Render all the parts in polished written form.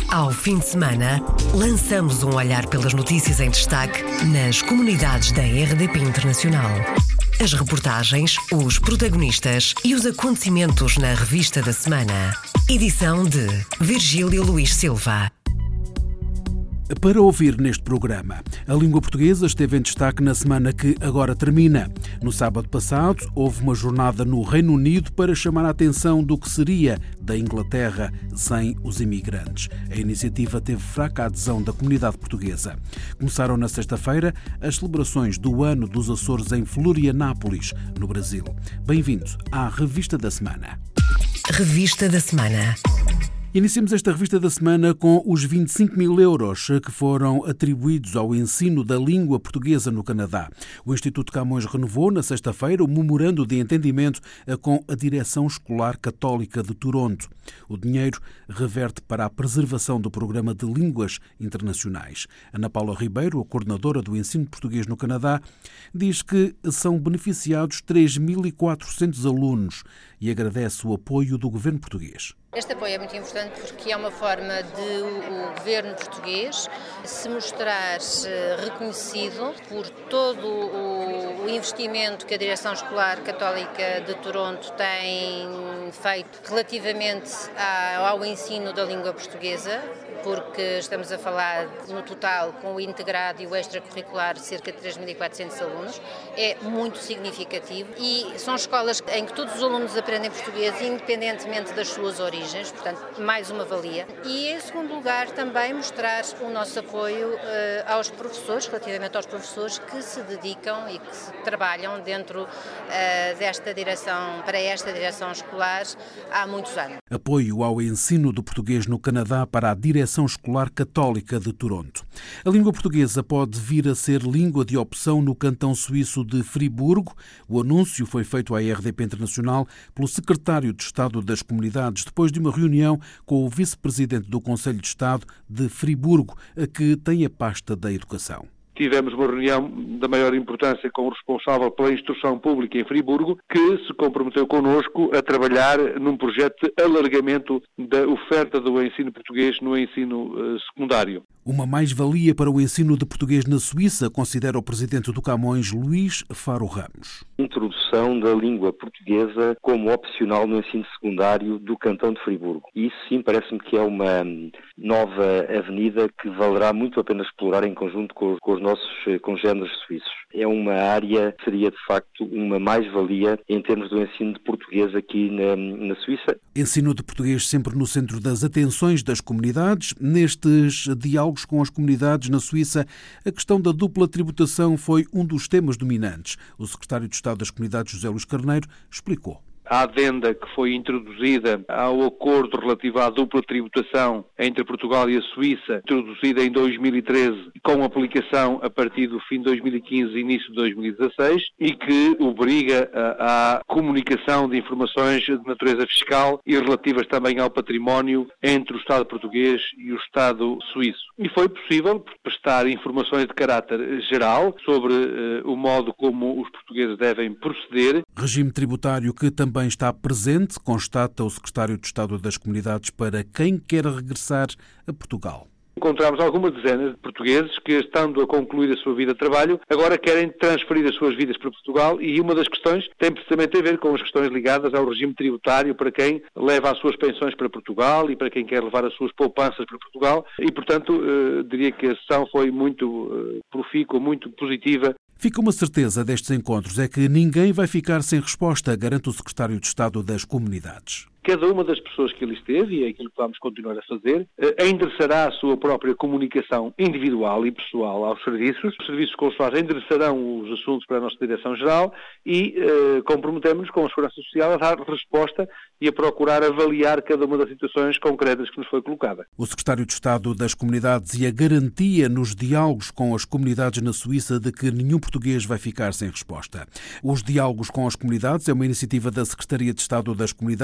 Ao fim de semana, lançamos um olhar pelas notícias em destaque nas comunidades da RDP Internacional. As reportagens, os protagonistas e os acontecimentos na revista da semana. Edição de Virgílio Luís Silva. Para ouvir neste programa, a língua portuguesa esteve em destaque na semana que agora termina. No sábado passado, houve uma jornada no Reino Unido para chamar a atenção do que seria da Inglaterra sem os imigrantes. A iniciativa teve fraca adesão da comunidade portuguesa. Começaram na sexta-feira as celebrações do Ano dos Açores em Florianópolis, no Brasil. Bem-vindo à Revista da Semana. Revista da Semana. Iniciamos esta revista da semana com os 25 mil euros que foram atribuídos ao ensino da língua portuguesa no Canadá. O Instituto Camões renovou na sexta-feira o memorando de entendimento com a Direção Escolar Católica de Toronto. O dinheiro reverte para a preservação do Programa de Línguas Internacionais. Ana Paula Ribeiro, a coordenadora do ensino português no Canadá, diz que são beneficiados 3.400 alunos e agradece o apoio do governo português. Este apoio é muito importante porque é uma forma de o governo português se mostrar reconhecido por todo o investimento que a Direção Escolar Católica de Toronto tem feito relativamente ao ensino da língua portuguesa, porque estamos a falar no total com o integrado e o extracurricular de cerca de 3.400 alunos. É muito significativo e são escolas em que todos os alunos aprendem português independentemente das suas origens, portanto, mais uma valia. E, em segundo lugar, também mostrar o nosso apoio aos professores, relativamente aos professores que se dedicam e que trabalham dentro desta direção, para esta direção escolar há muitos anos. Apoio ao ensino do português no Canadá para a Direção Escolar Católica de Toronto. A língua portuguesa pode vir a ser língua de opção no cantão suíço de Friburgo. O anúncio foi feito à RDP Internacional pelo secretário de Estado das Comunidades depois de uma reunião com o vice-presidente do Conselho de Estado de Friburgo, que tem a pasta da educação. Tivemos uma reunião da maior importância com o responsável pela instrução pública em Friburgo, que se comprometeu connosco a trabalhar num projeto de alargamento da oferta do ensino português no ensino secundário. Uma mais-valia para o ensino de português na Suíça, considera o presidente do Camões, Luís Faro Ramos. Introdução da língua portuguesa como opcional no ensino secundário do cantão de Friburgo. Isso sim parece-me que é uma nova avenida que valerá muito a pena explorar em conjunto com os nossos congêneres suíços. É uma área que seria de facto uma mais-valia em termos do ensino de português aqui na Suíça. Ensino de português sempre no centro das atenções das comunidades. Nestes diálogos com as comunidades na Suíça, a questão da dupla tributação foi um dos temas dominantes. O secretário de Estado das Comunidades, José Luís Carneiro, explicou. A adenda que foi introduzida ao acordo relativo à dupla tributação entre Portugal e a Suíça, introduzida em 2013, com aplicação a partir do fim de 2015 e início de 2016, e que obriga à comunicação de informações de natureza fiscal e relativas também ao património entre o Estado português e o Estado suíço. E foi possível prestar informações de caráter geral sobre o modo como os portugueses devem proceder. Regime tributário que também está presente, constata o secretário de Estado das Comunidades, para quem quer regressar a Portugal. Encontramos algumas dezenas de portugueses que, estando a concluir a sua vida de trabalho, agora querem transferir as suas vidas para Portugal, e uma das questões tem precisamente a ver com as questões ligadas ao regime tributário para quem leva as suas pensões para Portugal e para quem quer levar as suas poupanças para Portugal, e, portanto, diria que a sessão foi muito profícua, muito positiva. Fica uma certeza destes encontros, é que ninguém vai ficar sem resposta, garante o secretário de Estado das Comunidades. Cada uma das pessoas que ali esteve, e é aquilo que vamos continuar a fazer, endereçará a sua própria comunicação individual e pessoal aos serviços. Os serviços consulares endereçarão os assuntos para a nossa Direção-Geral e comprometemos-nos com a Segurança Social a dar resposta e a procurar avaliar cada uma das situações concretas que nos foi colocada. O secretário de Estado das Comunidades e a garantia nos diálogos com as comunidades na Suíça de que nenhum português vai ficar sem resposta. Os diálogos com as comunidades é uma iniciativa da Secretaria de Estado das Comunidades que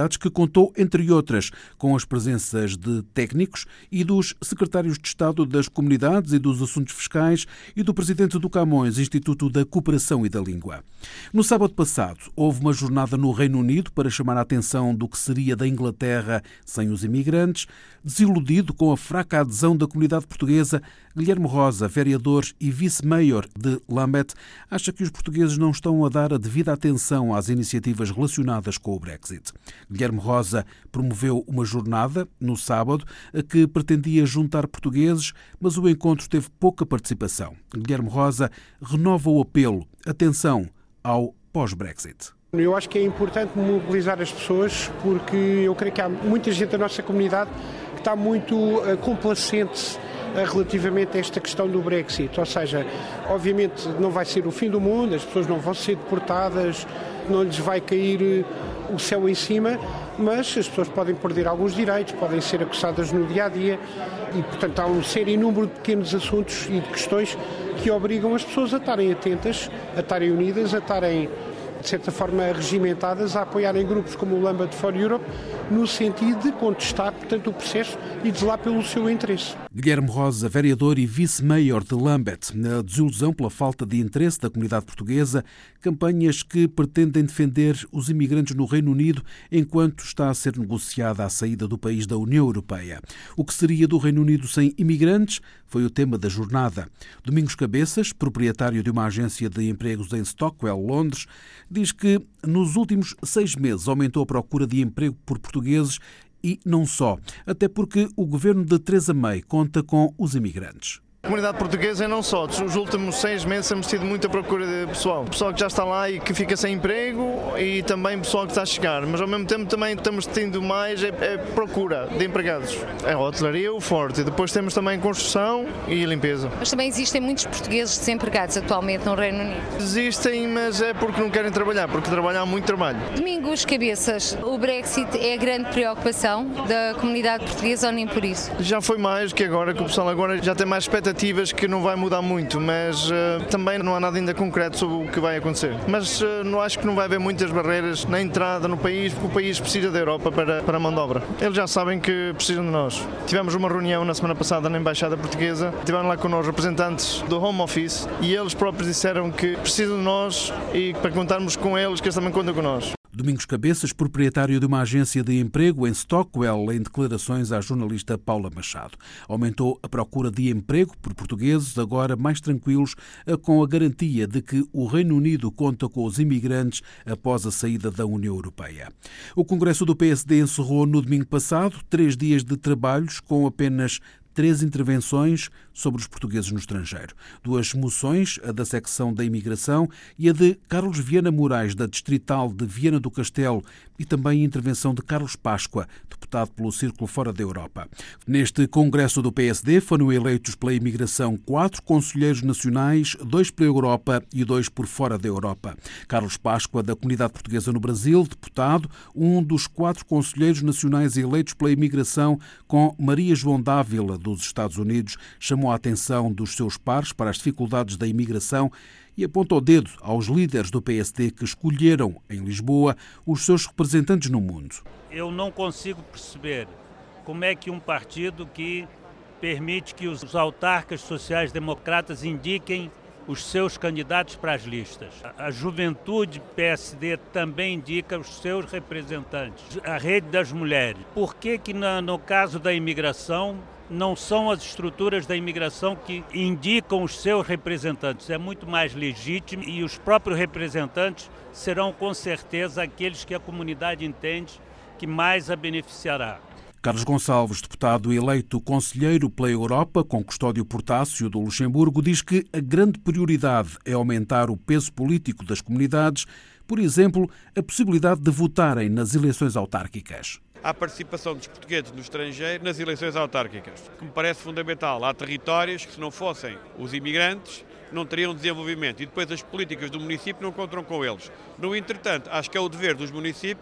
contou, entre outras, com as presenças de técnicos e dos secretários de Estado das Comunidades e dos Assuntos Fiscais e do presidente do Camões, Instituto da Cooperação e da Língua. No sábado passado, houve uma jornada no Reino Unido para chamar a atenção do que seria da Inglaterra sem os imigrantes. Desiludido com a fraca adesão da comunidade portuguesa, Guilherme Rosa, vereador e vice-mayor de Lambeth, acha que os portugueses não estão a dar a devida atenção às iniciativas relacionadas com o Brexit. Guilherme Rosa promoveu uma jornada, no sábado, que pretendia juntar portugueses, mas o encontro teve pouca participação. Guilherme Rosa renova o apelo. Atenção ao pós-Brexit. Eu acho que é importante mobilizar as pessoas, porque eu creio que há muita gente da nossa comunidade que está muito complacente relativamente a esta questão do Brexit. Ou seja, obviamente não vai ser o fim do mundo, as pessoas não vão ser deportadas, não lhes vai cair o céu em cima, mas as pessoas podem perder alguns direitos, podem ser acossadas no dia-a-dia e, portanto, há um sério número de pequenos assuntos e de questões que obrigam as pessoas a estarem atentas, a estarem unidas, a estarem, de certa forma, regimentadas, a apoiarem grupos como o Lambeth for Europe, no sentido de contestar, portanto, o processo e de zelar pelo seu interesse. Guilherme Rosa, vereador e vice-mayor de Lambeth, na desilusão pela falta de interesse da comunidade portuguesa, campanhas que pretendem defender os imigrantes no Reino Unido enquanto está a ser negociada a saída do país da União Europeia. O que seria do Reino Unido sem imigrantes foi o tema da jornada. Domingos Cabeças, proprietário de uma agência de empregos em Stockwell, Londres, diz que nos últimos 6 meses aumentou a procura de emprego por portugueses e não só, até porque o governo de Theresa May conta com os imigrantes. A comunidade portuguesa e não só. Os últimos 6 meses temos tido muita procura de pessoal. Pessoal que já está lá e que fica sem emprego e também pessoal que está a chegar. Mas ao mesmo tempo também estamos tendo mais procura de empregados. A hotelaria é o forte. Depois temos também construção e limpeza. Mas também existem muitos portugueses desempregados atualmente no Reino Unido. Existem, mas é porque não querem trabalhar, porque trabalhar há muito trabalho. Domingos Cabeças, o Brexit é a grande preocupação da comunidade portuguesa ou nem por isso? Já foi mais que agora, que o pessoal agora já tem mais expectativas que não vai mudar muito, mas também não há nada ainda concreto sobre o que vai acontecer. Mas não acho que não vai haver muitas barreiras na entrada no país, porque o país precisa da Europa para a mão de obra. Eles já sabem que precisam de nós. Tivemos uma reunião na semana passada na Embaixada Portuguesa, estiveram lá connosco representantes do Home Office e eles próprios disseram que precisam de nós e para contarmos com eles, que eles também contam com nós. Domingos Cabeças, proprietário de uma agência de emprego em Stockwell, em declarações à jornalista Paula Machado. Aumentou a procura de emprego por portugueses, agora mais tranquilos, com a garantia de que o Reino Unido conta com os imigrantes após a saída da União Europeia. O Congresso do PSD encerrou no domingo passado 3 dias de trabalhos com apenas 3 intervenções sobre os portugueses no estrangeiro. 2 moções, a da secção da imigração e a de Carlos Viana Moraes, da Distrital de Viana do Castelo, e também a intervenção de Carlos Páscoa, deputado pelo Círculo Fora da Europa. Neste Congresso do PSD foram eleitos pela imigração 4 conselheiros nacionais, 2 pela Europa e 2 por fora da Europa. Carlos Páscoa, da Comunidade Portuguesa no Brasil, deputado, um dos 4 conselheiros nacionais eleitos pela imigração, com Maria João Dávila, dos Estados Unidos, chamou a atenção dos seus pares para as dificuldades da imigração e aponta o dedo aos líderes do PSD que escolheram, em Lisboa, os seus representantes no mundo. Eu não consigo perceber como é que um partido que permite que os autarcas sociais-democratas indiquem os seus candidatos para as listas. A Juventude PSD também indica os seus representantes. A Rede das Mulheres. Por que no caso da imigração não são as estruturas da imigração que indicam os seus representantes? É muito mais legítimo e os próprios representantes serão com certeza aqueles que a comunidade entende que mais a beneficiará. Carlos Gonçalves, deputado eleito conselheiro pela Europa, com Custódio Portácio do Luxemburgo, diz que a grande prioridade é aumentar o peso político das comunidades, por exemplo, a possibilidade de votarem nas eleições autárquicas. À participação dos portugueses no estrangeiro nas eleições autárquicas, que me parece fundamental. Há territórios que, se não fossem os imigrantes, não teriam desenvolvimento e depois as políticas do município não encontram com eles. No entretanto, acho que é o dever dos municípios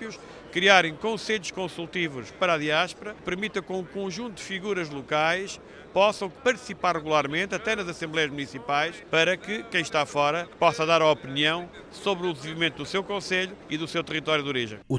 criarem conselhos consultivos para a diáspora, permita que um conjunto de figuras locais possam participar regularmente, até nas Assembleias Municipais, para que quem está fora possa dar a opinião sobre o desenvolvimento do seu concelho e do seu território de origem. O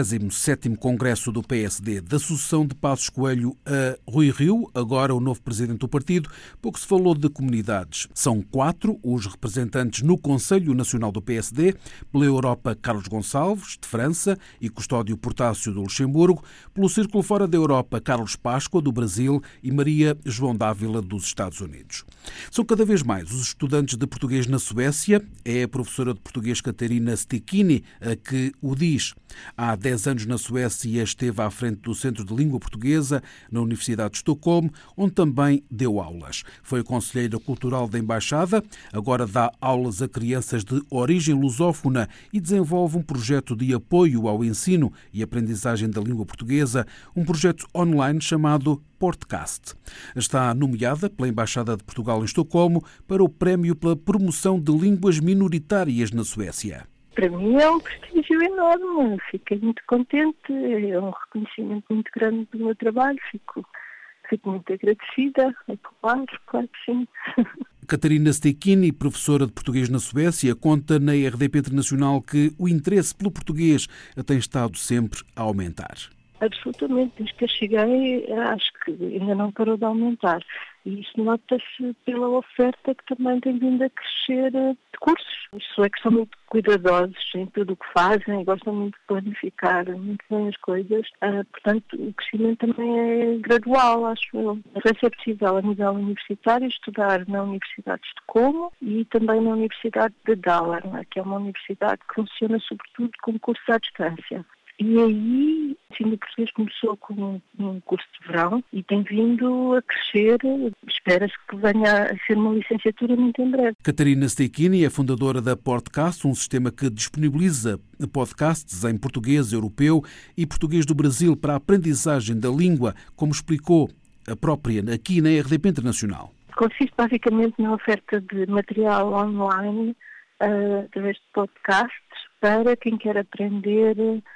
37º Congresso do PSD, da sucessão de Passos Coelho a Rui Rio, agora o novo presidente do partido, pouco se falou de comunidades. São 4 os representantes no Conselho Nacional do PSD, pela Europa Carlos Gonçalves, de França, e Custódio Portácio, do Luxemburgo, pelo Círculo Fora da Europa Carlos Páscoa, do Brasil, e Maria João Dávila, dos Estados Unidos. São cada vez mais os estudantes de português na Suécia. É a professora de português Catarina Stekini a que o diz. Há 10 anos na Suécia esteve à frente do Centro de Língua Portuguesa na Universidade de Estocolmo, onde também deu aulas. Foi conselheira cultural da Embaixada, agora dá aulas a crianças de origem lusófona e desenvolve um projeto de apoio ao ensino e aprendizagem da língua portuguesa, um projeto online chamado Podcast. Está nomeada pela Embaixada de Portugal em Estocolmo para o Prémio pela Promoção de Línguas Minoritárias na Suécia. Para mim é um prestígio enorme, fiquei muito contente, é um reconhecimento muito grande do meu trabalho, fico muito agradecida, é claro que sim. Catarina Stekini, professora de português na Suécia, conta na RDP Internacional que o interesse pelo português tem estado sempre a aumentar. Absolutamente, desde que eu cheguei, acho que ainda não parou de aumentar. E isso nota-se pela oferta que também tem vindo a crescer de cursos. Os suecos são muito cuidadosos em tudo o que fazem, gostam muito de planificar muito bem as coisas. Portanto, o crescimento também é gradual, acho eu. Não sei se é possível, a nível universitário, estudar na Universidade de Estocolmo e também na Universidade de Dalarna, que é uma universidade que funciona sobretudo com cursos à distância. E aí, o ensino português começou com um curso de verão e tem vindo a crescer. Espera-se que venha a ser uma licenciatura muito em breve. Catarina Stekini é fundadora da Podcast, um sistema que disponibiliza podcasts em português europeu e português do Brasil para a aprendizagem da língua, como explicou a própria aqui na RDP Internacional. Consiste basicamente na oferta de material online através de podcasts para quem quer aprender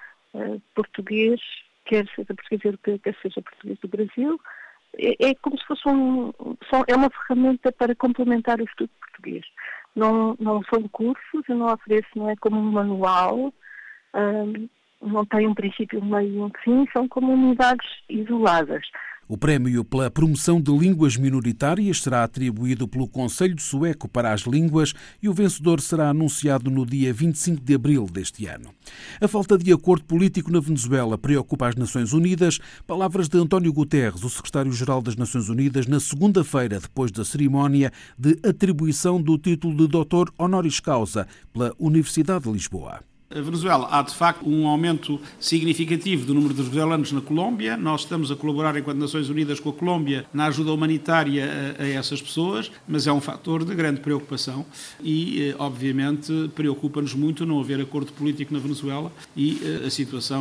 português, quer seja português europeu, quer seja português do Brasil. É como se fosse é uma ferramenta para complementar o estudo de português. Não são cursos, eu não ofereço, não é como um manual, não tem um princípio, um meio e um fim, são como unidades isoladas. O prémio pela promoção de línguas minoritárias será atribuído pelo Conselho Sueco para as Línguas e o vencedor será anunciado no dia 25 de abril deste ano. A falta de acordo político na Venezuela preocupa as Nações Unidas. Palavras de António Guterres, o secretário-geral das Nações Unidas, na segunda-feira, depois da cerimónia de atribuição do título de doutor honoris causa pela Universidade de Lisboa. A Venezuela há, de facto, um aumento significativo do número de venezuelanos na Colômbia. Nós estamos a colaborar, enquanto Nações Unidas, com a Colômbia na ajuda humanitária a essas pessoas, mas é um fator de grande preocupação e, obviamente, preocupa-nos muito não haver acordo político na Venezuela e a situação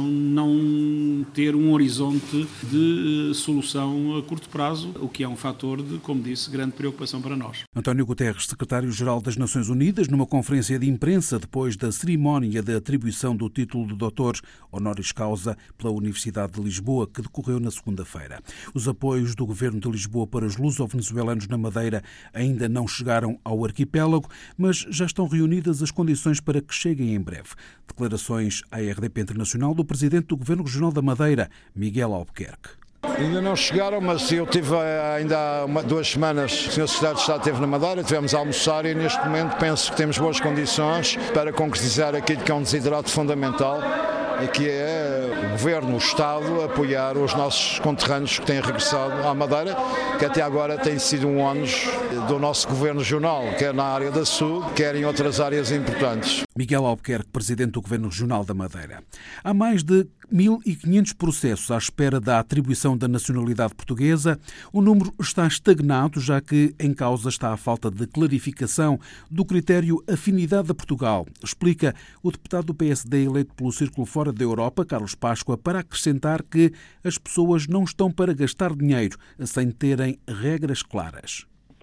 não ter um horizonte de solução a curto prazo, o que é um fator de, como disse, grande preocupação para nós. António Guterres, secretário-geral das Nações Unidas, numa conferência de imprensa depois da cerimónia da atribuição do título de doutor honoris causa pela Universidade de Lisboa, que decorreu na segunda-feira. Os apoios do Governo de Lisboa para os luso-venezuelanos na Madeira ainda não chegaram ao arquipélago, mas já estão reunidas as condições para que cheguem em breve. Declarações à RDP Internacional do Presidente do Governo Regional da Madeira, Miguel Albuquerque. Ainda não chegaram, mas eu tive ainda há 2 semanas, o Sr. Secretário de Estado esteve na Madeira, tivemos a almoçar e neste momento penso que temos boas condições para concretizar aquilo que é um desiderato fundamental, que é o Governo, o Estado, apoiar os nossos conterrâneos que têm regressado à Madeira, que até agora tem sido um ónus do nosso Governo Regional, quer na área da saúde, quer em outras áreas importantes. Miguel Albuquerque, Presidente do Governo Regional da Madeira. Há mais de 1.500 processos à espera da atribuição da nacionalidade portuguesa. O número está estagnado, já que em causa está a falta de clarificação do critério afinidade a Portugal, explica o deputado do PSD eleito pelo Círculo Fora da Europa, Carlos Páscoa, para acrescentar que as pessoas não estão para gastar dinheiro sem terem regras claras. O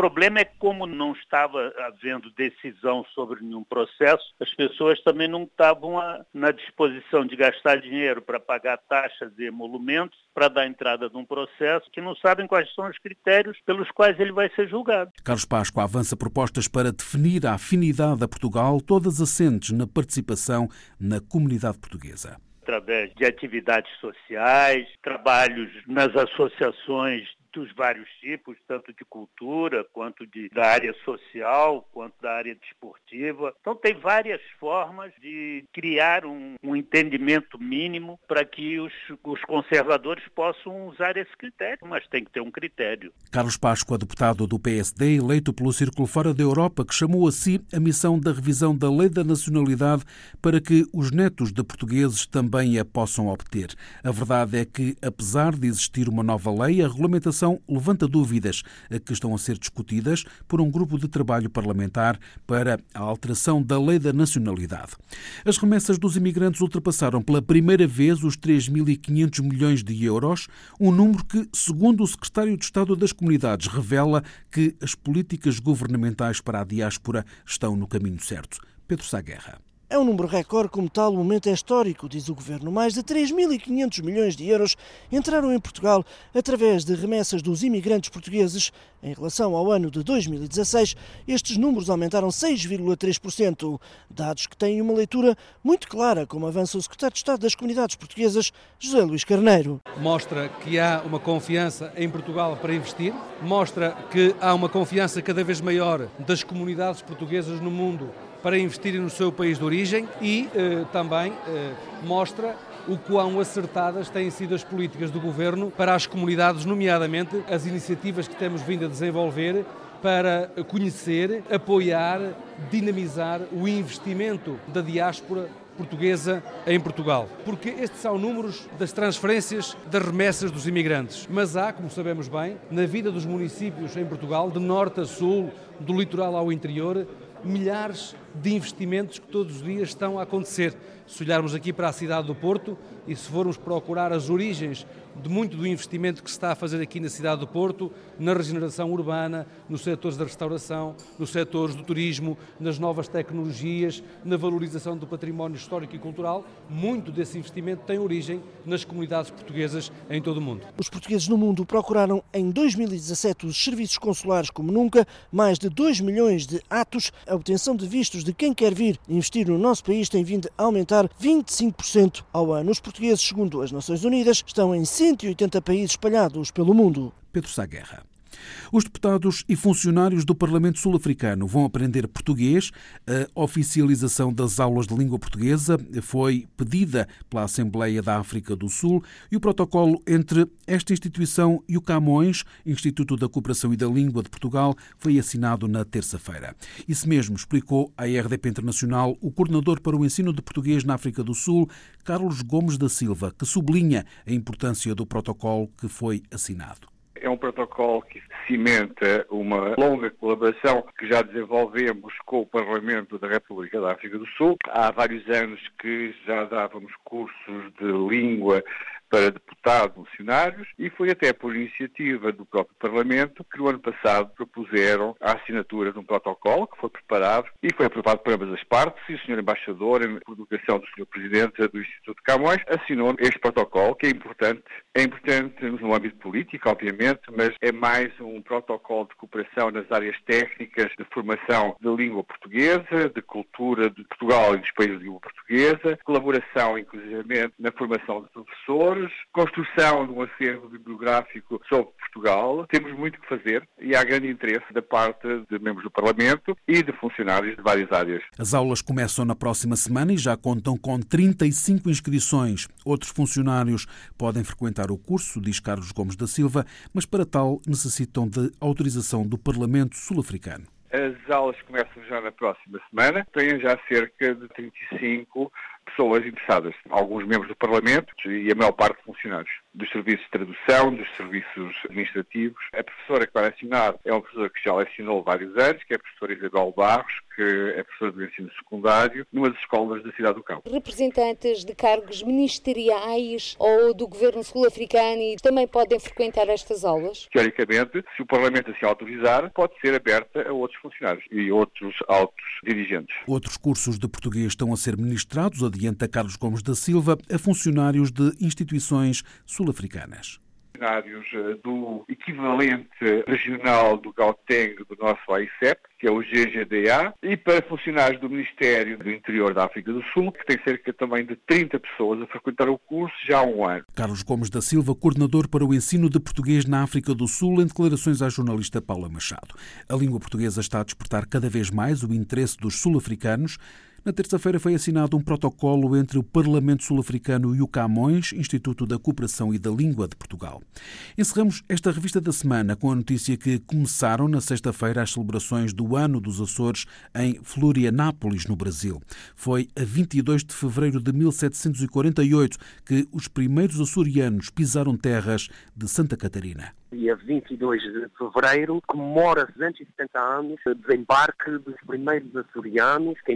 problema é que, como não estava havendo decisão sobre nenhum processo, as pessoas também não estavam na disposição de gastar dinheiro para pagar taxas e emolumentos para dar entrada num processo que não sabem quais são os critérios pelos quais ele vai ser julgado. Carlos Páscoa avança propostas para definir a afinidade a Portugal, todas assentes na participação na comunidade portuguesa. Através de atividades sociais, trabalhos nas associações dos vários tipos, tanto de cultura, quanto da área social, quanto da área desportiva. Então tem várias formas de criar um entendimento mínimo para que os conservadores possam usar esse critério, mas tem que ter um critério. Carlos Páscoa, deputado do PSD, eleito pelo Círculo Fora da Europa, que chamou a si a missão da revisão da Lei da Nacionalidade para que os netos de portugueses também a possam obter. A verdade é que, apesar de existir uma nova lei, a regulamentação levanta dúvidas que estão a ser discutidas por um grupo de trabalho parlamentar para a alteração da Lei da Nacionalidade. As remessas dos imigrantes ultrapassaram pela primeira vez os 3.500 milhões de euros, um número que, segundo o secretário de Estado das Comunidades, revela que as políticas governamentais para a diáspora estão no caminho certo. Pedro Sá Guerra. É um número recorde, como tal, o momento é histórico, diz o Governo. Mais de 3.500 milhões de euros entraram em Portugal através de remessas dos imigrantes portugueses. Em relação ao ano de 2016, estes números aumentaram 6,3%. Dados que têm uma leitura muito clara, como avança o Secretário de Estado das Comunidades Portuguesas, José Luís Carneiro. Mostra que há uma confiança em Portugal para investir, mostra que há uma confiança cada vez maior das comunidades portuguesas no mundo para investirem no seu país de origem e também mostra o quão acertadas têm sido as políticas do Governo para as comunidades, nomeadamente as iniciativas que temos vindo a desenvolver para conhecer, apoiar, dinamizar o investimento da diáspora portuguesa em Portugal. Porque estes são números das transferências das remessas dos imigrantes. Mas há, como sabemos bem, na vida dos municípios em Portugal, de norte a sul, do litoral ao interior, milhares de investimentos que todos os dias estão a acontecer. Se olharmos aqui para a cidade do Porto e se formos procurar as origens de muito do investimento que se está a fazer aqui na cidade do Porto, na regeneração urbana, nos setores da restauração, nos setores do turismo, nas novas tecnologias, na valorização do património histórico e cultural, muito desse investimento tem origem nas comunidades portuguesas em todo o mundo. Os portugueses no mundo procuraram em 2017 os serviços consulares como nunca, mais de 2 milhões de atos. A obtenção de vistos de quem quer vir investir no nosso país tem vindo a aumentar 25% ao ano. Os portugueses, segundo as Nações Unidas, estão em 180 países espalhados pelo mundo. Pedro Sá Guerra. Os deputados e funcionários do Parlamento Sul-Africano vão aprender português. A oficialização das aulas de língua portuguesa foi pedida pela Assembleia da África do Sul e o protocolo entre esta instituição e o Camões, Instituto da Cooperação e da Língua de Portugal, foi assinado na terça-feira. Isso mesmo explicou à RDP Internacional o coordenador para o ensino de português na África do Sul, Carlos Gomes da Silva, que sublinha a importância do protocolo que foi assinado. É um protocolo que cimenta uma longa colaboração que já desenvolvemos com o Parlamento da República da África do Sul. Há vários anos que já dávamos cursos de língua para deputados funcionários e foi até por iniciativa do próprio Parlamento que no ano passado propuseram a assinatura de um protocolo que foi preparado e foi aprovado por ambas as partes e o Sr. Embaixador, em educação do Sr. Presidente do Instituto Camões, assinou este protocolo que é importante no âmbito político, obviamente, mas é mais um protocolo de cooperação nas áreas técnicas de formação de língua portuguesa, de cultura de Portugal e dos países de língua portuguesa, colaboração, inclusivamente, na formação de professores, construção de um acervo bibliográfico sobre Portugal. Temos muito que fazer e há grande interesse da parte de membros do Parlamento e de funcionários de várias áreas. As aulas começam na próxima semana e já contam com 35 inscrições. Outros funcionários podem frequentar o curso, diz Carlos Gomes da Silva, mas para tal necessitam de autorização do Parlamento sul-africano. As aulas começam já na próxima semana. Têm já cerca de 35 pessoas interessadas, alguns membros do Parlamento e a maior parte de funcionários. dos serviços de tradução, dos serviços administrativos. A professora que vai lecionar é uma professora que já lecionou vários anos, que é a professora Isabel Barros, que é professora do ensino secundário, numa das escolas da Cidade do Cão. Representantes de cargos ministeriais ou do governo sul-africano também podem frequentar estas aulas? Teoricamente, se o Parlamento assim autorizar, pode ser aberta a outros funcionários e outros altos dirigentes. Outros cursos de português estão a ser ministrados, adianta Carlos Gomes da Silva, a funcionários de instituições sul-africanas. Funcionários do equivalente regional do Gauteng do nosso AICEP, que é o GGDA, e para funcionários do Ministério do Interior da África do Sul, que tem cerca também de 30 pessoas a frequentar o curso já há um ano. Carlos Gomes da Silva, coordenador para o ensino de português na África do Sul, em declarações à jornalista Paula Machado. A língua portuguesa está a despertar cada vez mais o interesse dos sul-africanos. Na terça-feira foi assinado um protocolo entre o Parlamento Sul-Africano e o Camões, Instituto da Cooperação e da Língua de Portugal. Encerramos esta revista da semana com a notícia que começaram na sexta-feira as celebrações do Ano dos Açores em Florianópolis, no Brasil. Foi a 22 de fevereiro de 1748 que os primeiros açorianos pisaram terras de Santa Catarina. Dia 22 de fevereiro comemora 270 anos de desembarque dos primeiros açorianos que em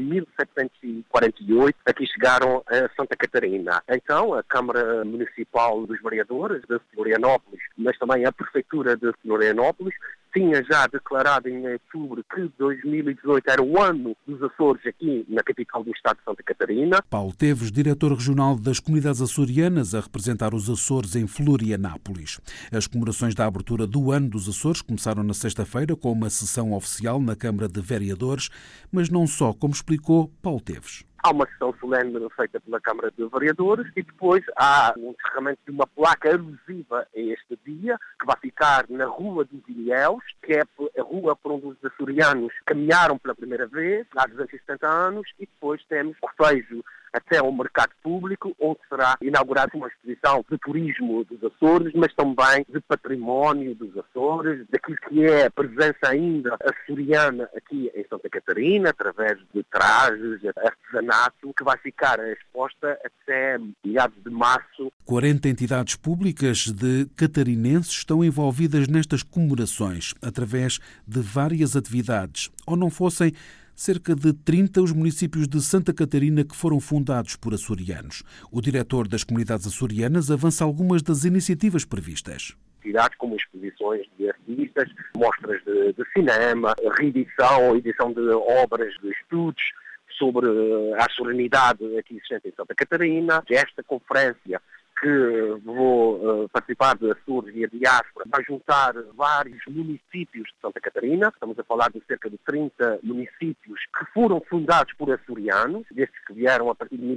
1748 aqui chegaram a Santa Catarina. Então a Câmara Municipal dos Vereadores de Florianópolis, mas também a Prefeitura de Florianópolis, tinha já declarado em outubro que 2018 era o ano dos Açores aqui na capital do estado de Santa Catarina. Paulo Teves, diretor regional das comunidades açorianas, a representar os Açores em Florianópolis. As comemorações da abertura do Ano dos Açores começaram na sexta-feira com uma sessão oficial na Câmara de Vereadores, mas não só, como explicou Paulo Teves. Há uma sessão solene feita pela Câmara de Vereadores e depois há um encerramento de uma placa alusiva a este dia, que vai ficar na Rua dos Ilhéus, que é a rua por onde os açorianos caminharam pela primeira vez, há 270 anos, e depois temos o cortejo até ao mercado público, onde será inaugurada uma exposição de turismo dos Açores, mas também de património dos Açores, daquilo que é a presença ainda açoriana aqui em Santa Catarina, através de trajes, artesanato, que vai ficar exposta até meados de março. 40 entidades públicas de catarinenses estão envolvidas nestas comemorações, através de várias atividades. Ou não fossem cerca de 30 os municípios de Santa Catarina que foram fundados por açorianos. O diretor das comunidades açorianas avança algumas das iniciativas previstas. Atividades como exposições de artistas, mostras de cinema, reedição, edição de obras de estudos sobre a açorianidade aqui existente em Santa Catarina. Esta conferência que vou participar de Açores e a diáspora vai juntar vários municípios de Santa Catarina. Estamos a falar de cerca de 30 municípios que foram fundados por açorianos, destes que vieram a partir de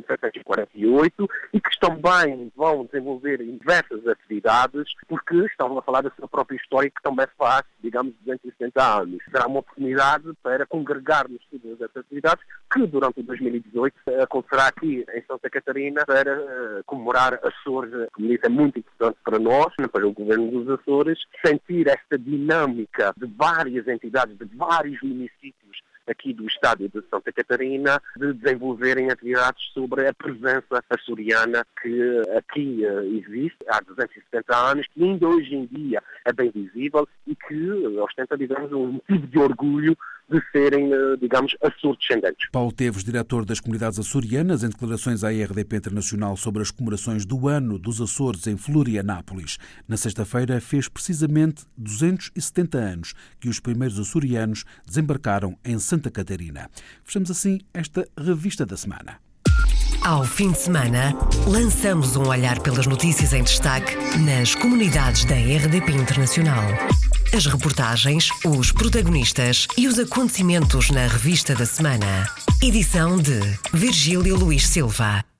1748 e que também vão desenvolver diversas atividades porque estão a falar da sua própria história que também faz, digamos, 270 anos. Será uma oportunidade para congregarmos todas essas atividades que durante 2018 acontecerá aqui em Santa Catarina para comemorar Açores. Como disse, é muito importante para nós, para o governo dos Açores, sentir esta dinâmica de várias entidades, de vários municípios aqui do estado de Santa Catarina, de desenvolverem atividades sobre a presença açoriana que aqui existe há 270 anos, que ainda hoje em dia é bem visível e que ostenta, digamos, um motivo de orgulho de serem, digamos, açores-descendentes. Paulo Teves, diretor das comunidades açorianas, em declarações à RDP Internacional sobre as comemorações do Ano dos Açores em Florianópolis. Na sexta-feira fez precisamente 270 anos que os primeiros açorianos desembarcaram em Santa Catarina. Fechamos assim esta revista da semana. Ao fim de semana, lançamos um olhar pelas notícias em destaque nas comunidades da RDP Internacional. As reportagens, os protagonistas e os acontecimentos na revista da semana. Edição de Virgílio Luís Silva.